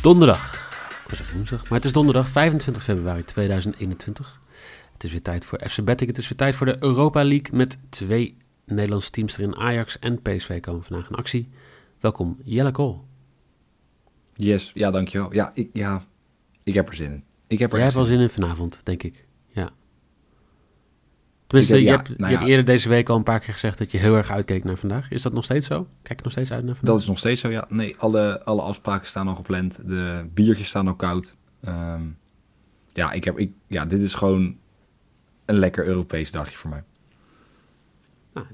donderdag. Ik was even woensdag, maar het is donderdag 25 februari 2021. Het is weer tijd voor FC Betting. Het is weer tijd voor de Europa League met 2 Nederlandse teams erin. Ajax en PSV komen vandaag in actie. Welkom, Jelle Kool. Yes, ja, dankjewel. Ik heb er zin in. Jij hebt wel zin in vanavond, denk ik. Ja. Tenminste, je hebt eerder deze week al een paar keer gezegd dat je heel erg uitkeek naar vandaag. Is dat nog steeds zo? Kijk je nog steeds uit naar vandaag? Dat is nog steeds zo, ja. Nee, alle afspraken staan al gepland. De biertjes staan al koud. Dit is gewoon een lekker Europees dagje voor mij. Nou,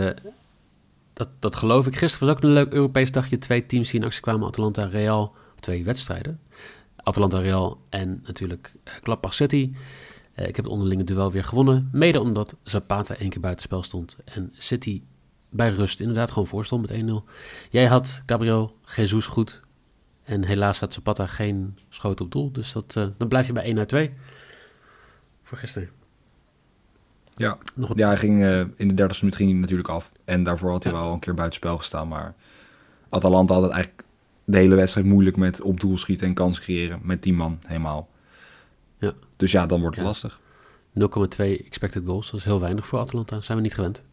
dat geloof ik. Gisteren was ook een leuk Europees dagje. 2 teams die in actie kwamen. Atalanta Real. 2 wedstrijden. Atalanta Real en natuurlijk Gladbach City. Ik heb het onderlinge duel weer gewonnen. Mede omdat Zapata 1 keer buitenspel stond. En City bij rust inderdaad gewoon voorstond met 1-0. Jij had Gabriel Jesus goed. En helaas had Zapata geen schoot op doel. Dus dan blijf je bij 1 uit 2. Voor gisteren. Ja, hij ging in de 30e minuut ging hij natuurlijk af. En daarvoor had hij wel een keer buitenspel gestaan. Maar Atalanta had het eigenlijk de hele wedstrijd moeilijk met op doel schieten en kans creëren. Met 10 man helemaal. Ja. Dus ja, dan wordt het lastig. 0,2 expected goals, dat is heel weinig voor Atalanta. Zijn we niet gewend.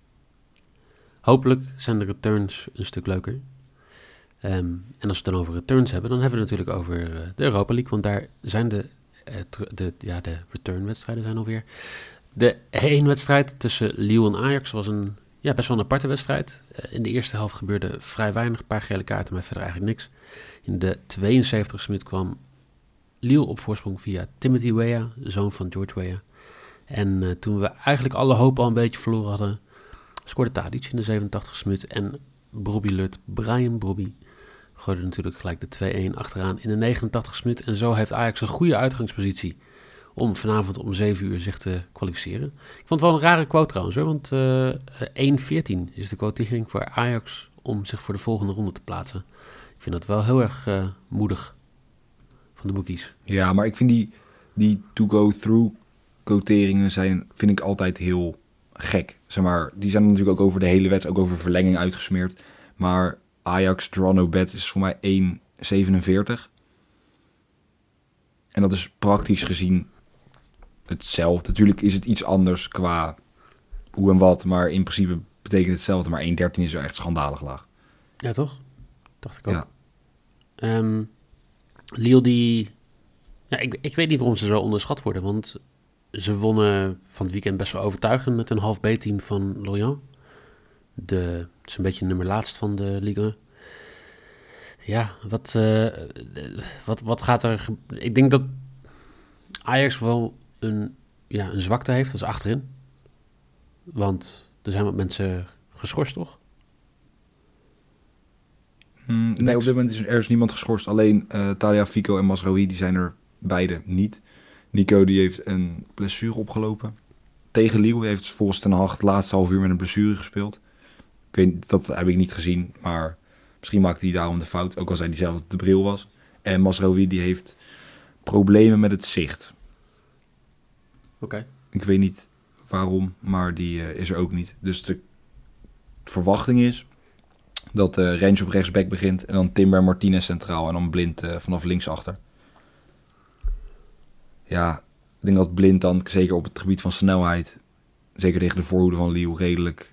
Hopelijk zijn de returns een stuk leuker. En als we het dan over returns hebben, dan hebben we het natuurlijk over de Europa League. Want daar zijn de returnwedstrijden zijn alweer. De 1-wedstrijd tussen Lille en Ajax was een best wel een aparte wedstrijd. In de eerste helft gebeurde vrij weinig, een paar gele kaarten, maar verder eigenlijk niks. In de 72e minuut kwam Lille op voorsprong via Timothy Weah, de zoon van George Weah. En toen we eigenlijk alle hoop al een beetje verloren hadden, scoorde Tadic in de 87e minuut. En Brian Brobby gooide natuurlijk gelijk de 2-1 achteraan in de 89e minuut. En zo heeft Ajax een goede uitgangspositie om vanavond om 7 uur zich te kwalificeren. Ik vond het wel een rare quote trouwens, hoor, want 1-14 is de quotering voor Ajax om zich voor de volgende ronde te plaatsen. Ik vind dat wel heel erg moedig van de bookies. Ja, maar ik vind die to-go-through quoteringen vind ik altijd heel gek. Zeg maar, die zijn natuurlijk ook over de hele wedstrijd, ook over verlenging uitgesmeerd. Maar Ajax draw no bet is voor mij 1,47. En dat is praktisch gezien hetzelfde. Natuurlijk is het iets anders qua hoe en wat, maar in principe betekent hetzelfde. Maar 1,13 is wel echt schandalig laag. Ja, toch? Dacht ik ook. Ja. Lille die... Ja, ik weet niet waarom ze zo onderschat worden, want ze wonnen van het weekend best wel overtuigend met een half B-team van Lorient. Het is een beetje nummer laatst van de Ligue. Ja, wat gaat er... Ik denk dat Ajax wel een zwakte heeft, dat is achterin. Want er zijn wat mensen geschorst, toch? Nee, op dit moment is er niemand geschorst. Alleen Tagliafico en Mazraoui, die zijn er beide niet. Nico die heeft een blessure opgelopen. Tegen Lille heeft volgens Ten Hag het laatste half uur met een blessure gespeeld. Dat heb ik niet gezien, maar misschien maakte hij daarom de fout. Ook al zei hij zelf dat het de bril was. En Mazraoui die heeft problemen met het zicht. Oké. Ik weet niet waarom, maar die is er ook niet. Dus de verwachting is dat Rens op rechtsback begint en dan Timber Martinez centraal en dan Blind vanaf linksachter. Ja, ik denk dat Blind dan zeker op het gebied van snelheid, zeker tegen de voorhoede van Lille, redelijk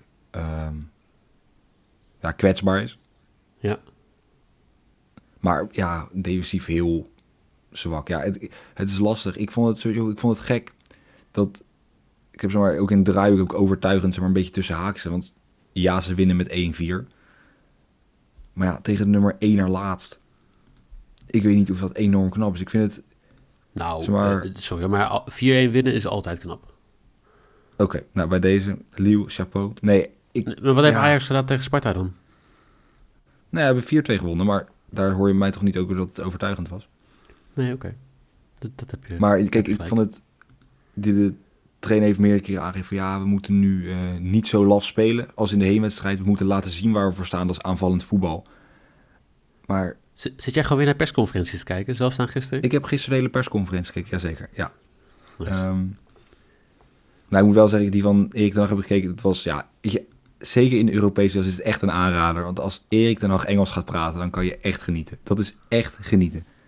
kwetsbaar is. Ja. Maar ja, defensief heel zwak. Ja, het is lastig. Ik vond het gek dat ik heb ook in het draaiboek ook overtuigend een beetje tussen haakjes. Want ja, ze winnen met 1-4. Maar ja, tegen de nummer 1 laatst. Ik weet niet of dat enorm knap is. Ik vind het... Nou, maar 4-1 winnen is altijd knap. Oké, nou bij deze, Lille, chapeau. Nee, maar wat heeft Ajax gedaan tegen Sparta dan? Nou ja, we hebben 4-2 gewonnen, maar daar hoor je mij toch niet over dat het overtuigend was? Nee, oké. Dat heb je... Maar kijk, ik vond het... De trainer heeft meerdere keren aangegeven van we moeten nu niet zo laf spelen als in de heenwedstrijd. We moeten laten zien waar we voor staan, dat is aanvallend voetbal. Maar... Zit jij gewoon weer naar persconferenties te kijken, zelfs aan gisteren? Ik heb gisteren de hele persconferentie gekeken, jazeker. Ja. Nice. Ik moet wel zeggen, die van Erik ten Hag heb ik gekeken. Het was, zeker in de Europese is het echt een aanrader. Want als Erik ten Hag Engels gaat praten, dan kan je echt genieten. Dat is echt genieten.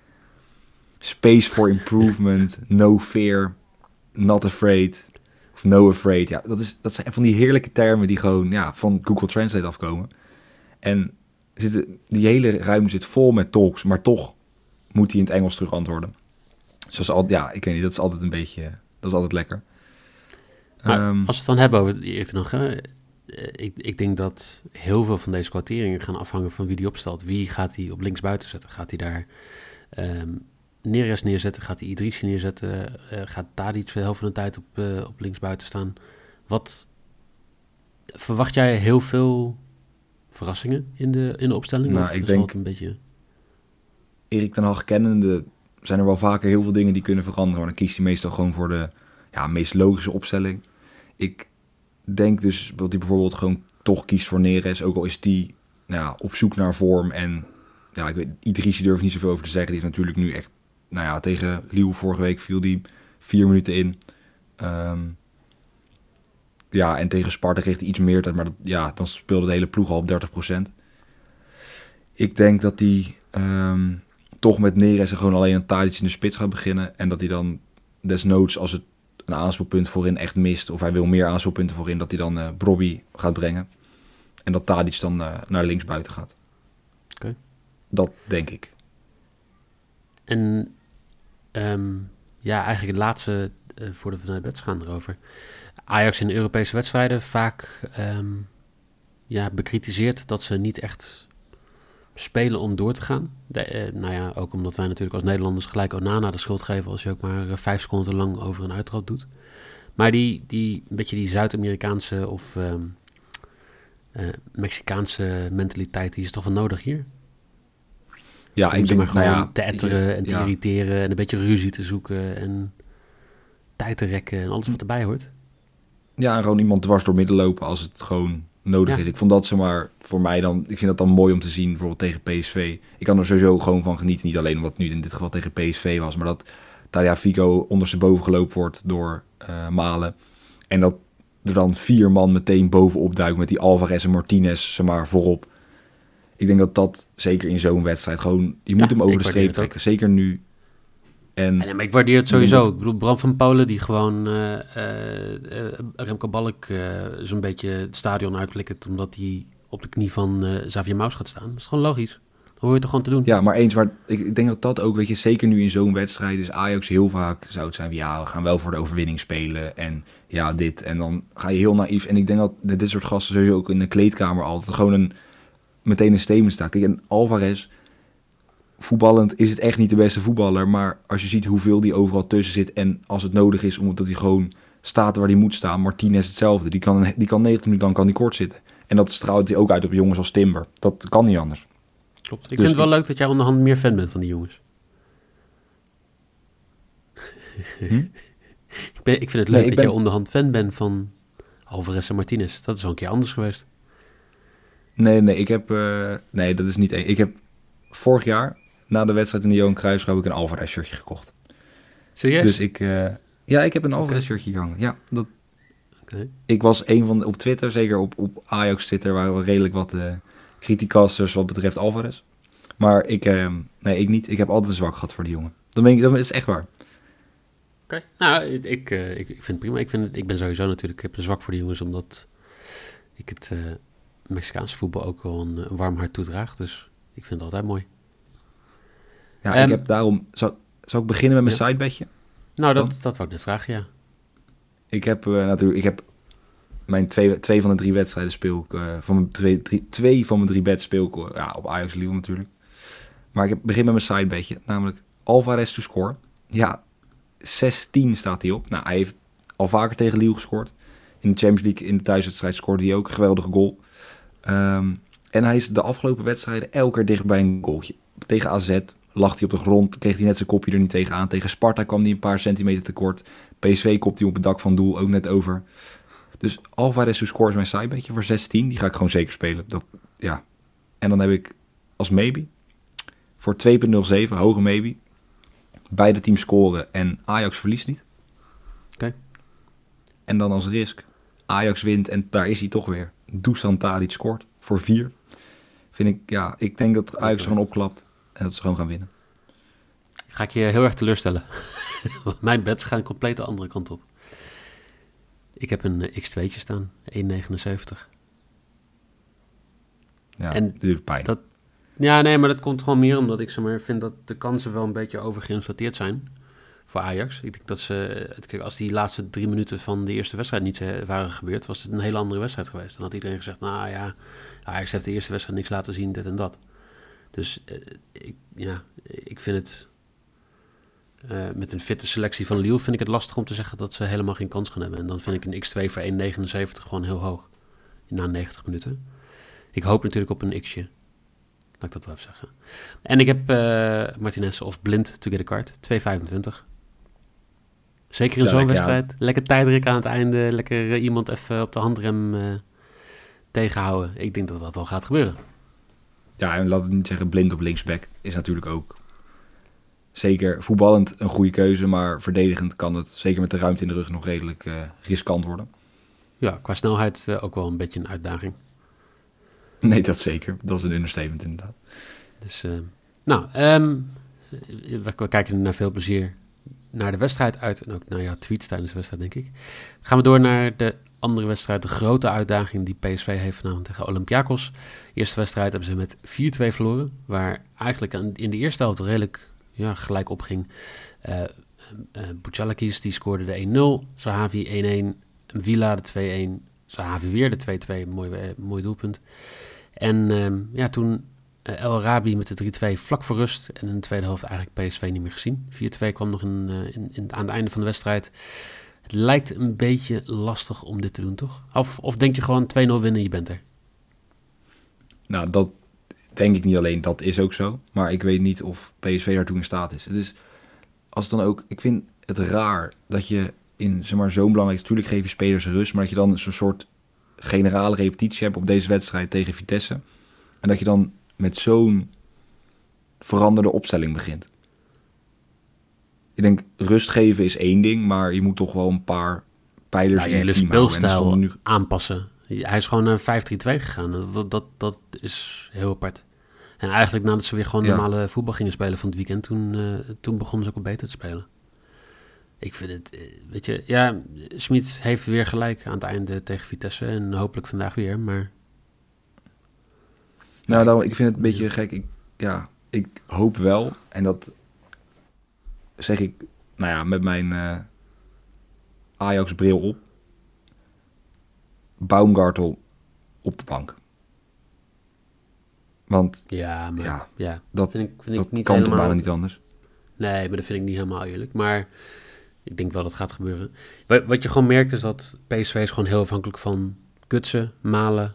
Space for improvement, no fear, not afraid, of no afraid. Ja, dat zijn van die heerlijke termen die gewoon van Google Translate afkomen. En die hele ruimte zit vol met talks, maar toch moet hij in het Engels terug antwoorden. Zoals ik weet niet, dat is altijd een beetje, dat is altijd lekker. Maar als we het dan hebben over die nog, ik denk dat heel veel van deze kwarteringen gaan afhangen van wie die opstelt. Wie gaat hij op linksbuiten zetten? Gaat hij daar Neres neerzetten? Gaat hij Idrissi neerzetten? Gaat Tadic de helft van de tijd op linksbuiten staan? Verwacht jij heel veel verrassingen in de opstelling? Nou, ik denk, een beetje... Erik ten Hag kennende zijn er wel vaker heel veel dingen die kunnen veranderen. Maar dan kiest hij meestal gewoon voor de meest logische opstelling. Ik denk dus dat hij bijvoorbeeld gewoon toch kiest voor Neres. Ook al is die op zoek naar vorm. En ik weet, Idrissi durf ik niet zoveel over te zeggen. Die is natuurlijk nu echt... tegen Lille vorige week viel die 4 minuten in. En tegen Sparta kreeg hij iets meer tijd. Maar dan speelde de hele ploeg al op 30%. Ik denk dat hij toch met Neres en gewoon alleen een Tadic in de spits gaat beginnen. En dat hij dan desnoods, als het een aanspeelpunt voorin echt mist, of hij wil meer aanspeelpunten voorin, dat hij dan Brobby gaat brengen. En dat Tadic dan naar links buiten gaat. Okay. Dat denk ik. En eigenlijk het laatste, voordat we naar de bed gaan erover. Ajax in de Europese wedstrijden vaak bekritiseerd dat ze niet echt spelen om door te gaan. Ook omdat wij natuurlijk als Nederlanders gelijk Onana de schuld geven als je ook maar 5 seconden lang over een uittrap doet. Maar die beetje die Zuid-Amerikaanse of Mexicaanse mentaliteit, die is toch wel nodig hier? Ja, ik denk maar gewoon te etteren en te irriteren en een beetje ruzie te zoeken en tijd te rekken en alles wat erbij hoort. Ja, en gewoon iemand dwars door midden lopen als het gewoon nodig is. Ik vond dat voor mij dan, ik vind dat dan mooi om te zien, bijvoorbeeld tegen PSV. Ik kan er sowieso gewoon van genieten, niet alleen omdat het nu in dit geval tegen PSV was, maar dat Tagliafico ondersteboven gelopen wordt door Malen. En dat er dan 4 man meteen bovenop duikt met die Alvarez en Martinez voorop. Ik denk dat zeker in zo'n wedstrijd gewoon, je moet hem over de streep trekken. Zeker nu. Maar ik waardeer het sowieso. Ik bedoel, Bram van Polen die gewoon Remco Balk zo'n beetje het stadion uitflikkert omdat hij op de knie van Xavier Maus gaat staan. Dat is gewoon logisch. Dat hoor je toch gewoon te doen. Ja, maar ik denk dat ook, weet je, zeker nu in zo'n wedstrijd is Ajax heel vaak, zou het zijn, we gaan wel voor de overwinning spelen en dit. En dan ga je heel naïef. En ik denk dat dit soort gasten sowieso ook in de kleedkamer altijd gewoon meteen een statement staat. Kijk, en Alvarez, voetballend is het echt niet de beste voetballer, maar als je ziet hoeveel die overal tussen zit en als het nodig is, omdat hij gewoon staat waar hij moet staan. Martinez hetzelfde, die kan 90 minuten, dan kan die kort zitten. En dat straalt hij ook uit op jongens als Timber. Dat kan niet anders. Klopt. Ik vind het wel leuk dat jij onderhand meer fan bent van die jongens. Ik vind het leuk dat jij onderhand fan bent van Alvarez en Martinez. Dat is al een keer anders geweest. Nee, ik heb... nee, dat is niet... Ik heb vorig jaar, na de wedstrijd in de Johan Cruijffschaal, heb ik een Alvarez shirtje gekocht. Serieus? Dus ik heb een Alvarez shirtje gehangen. Ja, dat... Ik was op Twitter, zeker op Ajax Twitter, waren we redelijk wat criticasters wat betreft Alvarez. Maar ik niet. Ik heb altijd een zwak gehad voor die jongen. Dat is echt waar. Oké. Nou, ik vind het prima. Ik ben sowieso natuurlijk, ik heb een zwak voor die jongens, omdat ik het Mexicaanse voetbal ook wel een warm hart toedraag. Dus ik vind het altijd mooi. Ja, ik heb daarom... Zou ik beginnen met mijn sidebedje? Nou, dat wou ik net vragen, ja. Ik heb mijn twee van de 3 wedstrijden speel ik... twee van mijn 3 bets speel ik op Ajax Lille natuurlijk. Maar ik begin met mijn sidebedje, namelijk Alvarez to score. Ja, 6-10 staat hij op. Nou, hij heeft al vaker tegen Lille gescoord. In de Champions League, in de thuiswedstrijd, scoorde hij ook een geweldige goal. En hij is de afgelopen wedstrijden elke keer dicht bij een goaltje. Tegen AZ lag hij op de grond, kreeg hij net zijn kopje er niet tegenaan. Tegen Sparta kwam hij een paar centimeter tekort. PSV kopt hij op het dak van doel, ook net over. Dus Alvarez to score is mijn sidebedje voor 6-10. Die ga ik gewoon zeker spelen. En dan heb ik als maybe voor 2,07, hoge maybe. Beide teams scoren en Ajax verliest niet. Oké. En dan als risk, Ajax wint en daar is hij toch weer. Dusan Tadic scoort voor 4. Ik denk dat Ajax gewoon opklapt en dat ze gewoon gaan winnen. ga ik je heel erg teleurstellen. Want mijn bets gaan compleet de andere kant op. Ik heb een X2'tje staan, 1,79. Ja, en dit doet pijn. Maar dat komt gewoon meer omdat ik vind dat de kansen wel een beetje overgeïnflateerd zijn voor Ajax. Ik denk dat als die laatste 3 minuten van de eerste wedstrijd niet waren gebeurd, was het een hele andere wedstrijd geweest. Dan had iedereen gezegd, nou ja, Ajax heeft de eerste wedstrijd niks laten zien, dit en dat. Dus ik vind het, met een fitte selectie van Lille vind ik het lastig om te zeggen dat ze helemaal geen kans gaan hebben. En dan vind ik een X2 voor 1,79 gewoon heel hoog, na 90 minuten. Ik hoop natuurlijk op een X'je. Laat ik dat wel even zeggen. En ik heb Martinez of Blind to get a card. 2,25. Zeker in zo'n wedstrijd. Lekker tijdrek aan het einde. Lekker iemand even op de handrem tegenhouden. Ik denk dat dat wel gaat gebeuren. Ja, en laten we niet zeggen Blind op linksback. Is natuurlijk ook zeker voetballend een goede keuze. Maar verdedigend kan het, zeker met de ruimte in de rug, nog redelijk riskant worden. Ja, qua snelheid ook wel een beetje een uitdaging. Nee, dat zeker. Dat is een understatement inderdaad. Dus, we kijken naar veel plezier naar de wedstrijd uit. En ook naar jouw tweets tijdens de wedstrijd, denk ik. Gaan we door naar de andere wedstrijd. De grote uitdaging die PSV heeft vanavond tegen Olympiakos. Eerste wedstrijd hebben ze met 4-2 verloren. Waar eigenlijk in de eerste helft redelijk gelijk opging. Bouchalakis die scoorde de 1-0. Zahavi 1-1. Villa de 2-1. Zahavi weer de 2-2. Mooi doelpunt. En toen El Arabi met de 3-2 vlak voor rust. En in de tweede helft eigenlijk PSV niet meer gezien. 4-2 kwam nog aan het einde van de wedstrijd. Het lijkt een beetje lastig om dit te doen, toch? Of denk je gewoon 2-0 winnen en je bent er? Nou, dat denk ik niet alleen. Dat is ook zo. Maar ik weet niet of PSV daartoe in staat is. Het is als dan ook... Ik vind het raar dat je in zo'n belangrijk... Natuurlijk geef je spelers rust. Maar dat je dan zo'n soort generale repetitie hebt op deze wedstrijd tegen Vitesse. En dat je dan met zo'n veranderde opstelling begint. Ik denk, rust geven is één ding, maar je moet toch wel een paar pijlers in het team houden. Speelstijl nu aanpassen. Hij is gewoon naar 5-3-2 gegaan. Dat is heel apart. En eigenlijk nadat ze weer gewoon normale voetbal gingen spelen van het weekend, toen begonnen ze ook al beter te spelen. Ik vind het, weet je, Smit heeft weer gelijk aan het einde tegen Vitesse en hopelijk vandaag weer, maar... Nou, ik vind het een beetje gek. Ik hoop wel, en dat zeg ik, met mijn Ajax-bril op, Baumgartel op de bank. Want dat vind ik niet kan helemaal... toch bijna niet anders. Nee, maar dat vind ik niet helemaal eerlijk. Maar ik denk wel dat het gaat gebeuren. Wat je gewoon merkt is dat PSV is gewoon heel afhankelijk van Gutsen, Malen.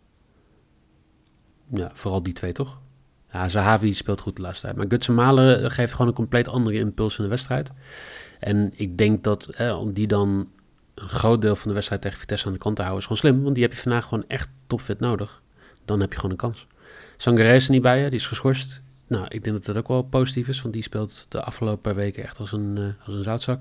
Ja, vooral die twee toch? Ja, Zahavi speelt goed de laatste tijd. Maar Gutsen Malen geeft gewoon een compleet andere impuls in de wedstrijd. En ik denk dat om die dan een groot deel van de wedstrijd tegen Vitesse aan de kant te houden is gewoon slim. Want die heb je vandaag gewoon echt topfit nodig. Dan heb je gewoon een kans. Sangaré is er niet bij je, die is geschorst. Nou, ik denk dat dat ook wel positief is. Want die speelt de afgelopen paar weken echt als een zoutzak.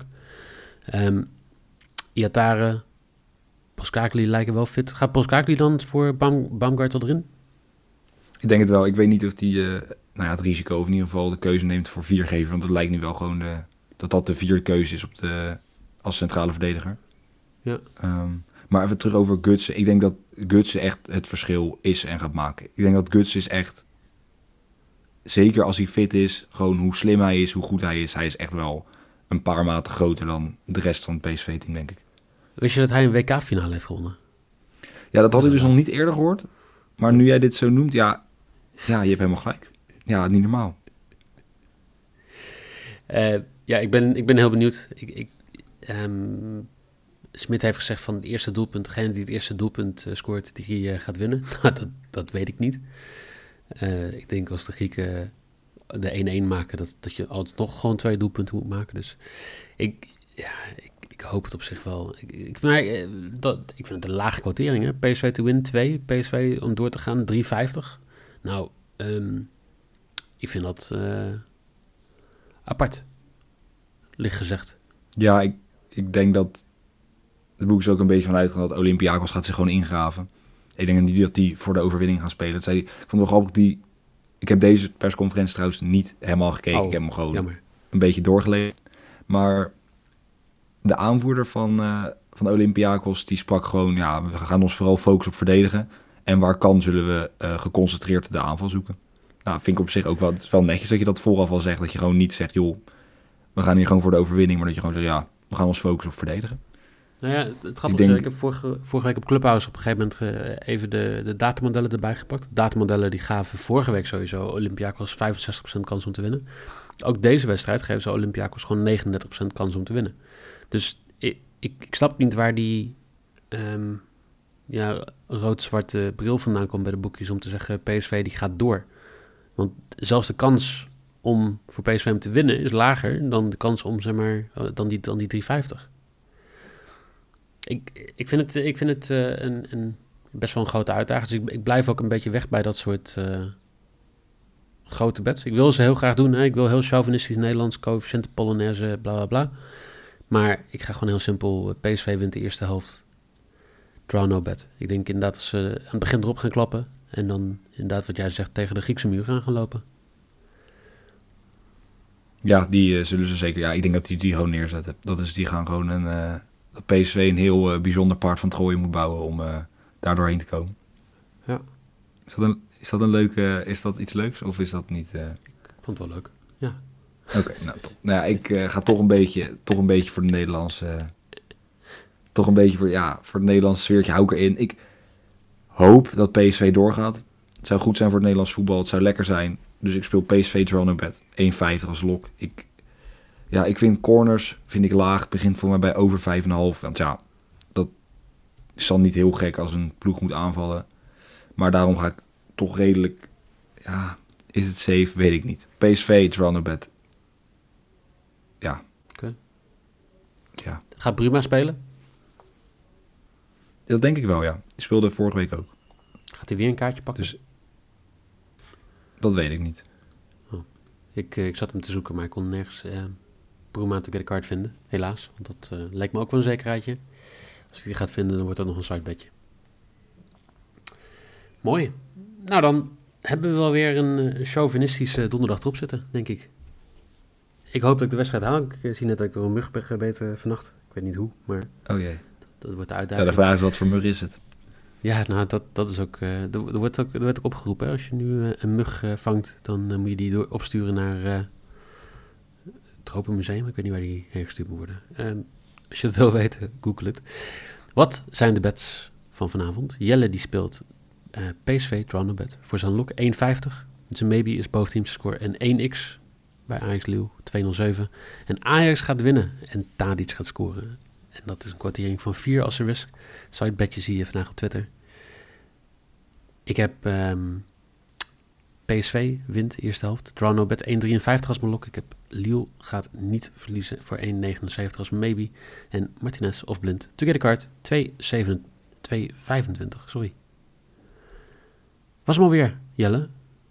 Iatare, Poskakli lijken wel fit. Gaat Poskakli dan voor Baumgartel erin? Ik denk het wel. Ik weet niet of die het risico of in ieder geval de keuze neemt voor 4 Want het lijkt nu wel gewoon dat de 4e keuze is als centrale verdediger. Ja. Maar even terug over Gutsen. Ik denk dat Gutsen echt het verschil is en gaat maken. Ik denk dat Gutsen is echt, zeker als hij fit is, gewoon hoe slim hij is, hoe goed hij is. Hij is echt wel een paar maten groter dan de rest van het PSV-team, denk ik. Wist je dat hij een WK-finale heeft gewonnen? Ja, dat had ik dus nog niet eerder gehoord. Maar nu jij dit zo noemt, ja, je hebt helemaal gelijk. Ja, niet normaal. Ik ben heel benieuwd. Smit heeft gezegd van het eerste doelpunt, degene die het eerste doelpunt scoort, die gaat winnen. dat weet ik niet. Ik denk als de Grieken de 1-1 maken, dat je altijd nog gewoon 2 doelpunten moet maken. Dus ik hoop het op zich wel. Ik vind het een lage quotering. Hè? PSV to win 2, PSV om door te gaan 3,50. Nou, ik vind dat apart. Licht gezegd. Ja, ik denk dat het boek is ook een beetje van uitgaan dat Olympiakos gaat zich gewoon ingraven. Ik denk niet dat die voor de overwinning gaan spelen. Ik vond het wel grappig, ik heb deze persconferentie trouwens niet helemaal gekeken. Ik heb hem gewoon een beetje doorgelegen. Maar de aanvoerder van Olympiakos, die sprak gewoon, ja, we gaan ons vooral focussen op verdedigen. En waar kan, zullen we geconcentreerd de aanval zoeken. Nou, vind ik op zich ook wel, het is wel netjes dat je dat vooraf al zegt. Dat je gewoon niet zegt, joh, we gaan hier gewoon voor de overwinning. Maar dat je gewoon zegt, ja, we gaan ons focussen op verdedigen. Nou ja, het grappige is, ik heb vorige week op Clubhouse op een gegeven moment even de datamodellen erbij gepakt. Datamodellen die gaven vorige week sowieso Olympiakos 65% kans om te winnen. Ook deze wedstrijd geven ze Olympiakos gewoon 39% kans om te winnen. Dus ik snap niet waar die rood-zwarte bril vandaan komt bij de boekjes om te zeggen PSV die gaat door. Want zelfs de kans om voor PSV hem te winnen is lager dan de kans om, zeg maar, dan die 3,50. Ik vind het een best wel een grote uitdaging. Dus ik blijf ook een beetje weg bij dat soort grote bets. Ik wil ze heel graag doen. Hè? Ik wil heel chauvinistisch Nederlands, coëfficiënten, Polonaise, bla bla bla. Maar ik ga gewoon heel simpel. PSV wint de eerste helft. Draw no bet. Ik denk inderdaad dat ze aan het begin erop gaan klappen. En dan inderdaad wat jij zegt tegen de Griekse muur gaan lopen. Ja, die zullen ze zeker. Ja, ik denk dat die gewoon neerzetten. Die gaan gewoon dat PSV een heel bijzonder paard van Troje moet bouwen om daar doorheen te komen. Ja. Is dat een leuke? Is dat iets leuks of is dat niet? Ik vond het wel leuk. Ja. Oké, nou top. Nou ja, ik ga toch een beetje voor de Nederlandse. Toch een beetje voor het Nederlandse sfeertje hou ik erin. Ik hoop dat PSV doorgaat. Het zou goed zijn voor het Nederlands voetbal. Het zou lekker zijn. Dus ik speel PSV draw no bet. 1,50 als lok. Ik vind corners laag. Het begint voor mij bij over 5,5. Want ja, dat is dan niet heel gek als een ploeg moet aanvallen. Maar daarom ga ik toch redelijk. Ja, is het safe? Weet ik niet. PSV draw no bet. Ja. Oké. Ja. Gaat Bruma spelen? Dat denk ik wel, ja. Die speelde vorige week ook. Gaat hij weer een kaartje pakken? Dus dat weet ik niet. Oh. Ik zat hem te zoeken, maar ik kon nergens Bruma to get a card vinden. Helaas, want dat lijkt me ook wel een zekerheidje. Als ik die gaat vinden, dan wordt dat nog een sidebedje. Mooi. Nou, dan hebben we wel weer een chauvinistische donderdag erop zitten, denk ik. Ik hoop dat ik de wedstrijd haal. Ik zie net dat ik door een mug ben gebeten vannacht. Ik weet niet hoe, maar oh jee. Dat wordt de uitdaging. Ja, de vraag is, wat voor mug is het? Ja, nou, dat is ook... Er werd ook opgeroepen, hè? Als je nu een mug vangt, dan moet je die opsturen naar het Tropenmuseum. Ik weet niet waar die heen gestuurd moet worden. Als je het wil weten, google het. Wat zijn de bets van vanavond? Jelle die speelt PSV draw no bet voor zijn lok 1,50. Zijn maybe is boventeams score en 1x bij Ajax Leeuw 2,07. En Ajax gaat winnen en Tadic gaat scoren. En dat is een kwartiering van 4 als risk. Sidebedje zie je vandaag op Twitter. Ik heb PSV wint eerste helft. Draw no bet 1,53 als mijn lok. Ik heb Lille gaat niet verliezen voor 1,79 als maybe. En Martinez of Blind to get a card 2,25. Sorry. Was hem alweer, Jelle?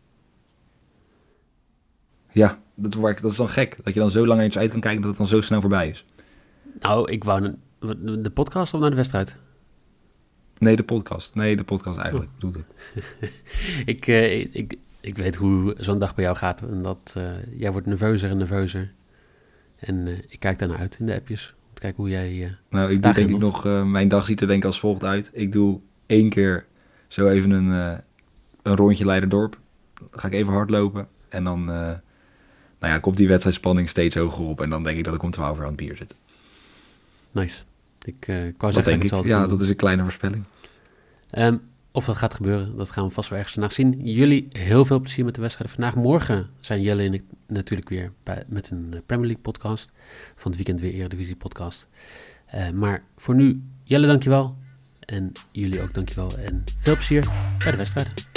Ja, dat is dan gek. Dat je dan zo lang naar iets uit kan kijken dat het dan zo snel voorbij is. Nou, ik wou de podcast of naar de wedstrijd? Nee, de podcast eigenlijk, bedoel ik. Ik weet hoe zo'n dag bij jou gaat. En dat jij wordt nerveuzer en nerveuzer. En ik kijk daarnaar uit in de appjes. Om te kijken hoe jij... nou, ik doe denk ik nog... mijn dag ziet er denk ik als volgt uit. Ik doe 1 keer zo even een rondje Leiderdorp. Dan ga ik even hardlopen. En dan komt die wedstrijdspanning steeds hoger op. En dan denk ik dat ik om 12 uur aan het bier zit. Nice. Ik wou zeggen dat ik ja, dat is een kleine voorspelling. Of dat gaat gebeuren, dat gaan we vast wel ergens vandaag zien. Jullie heel veel plezier met de wedstrijden vandaag. Morgen zijn Jelle en ik natuurlijk weer met een Premier League podcast. Van het weekend weer Eredivisie podcast. Maar voor nu, Jelle dankjewel. En jullie ook dankjewel. En veel plezier bij de wedstrijden.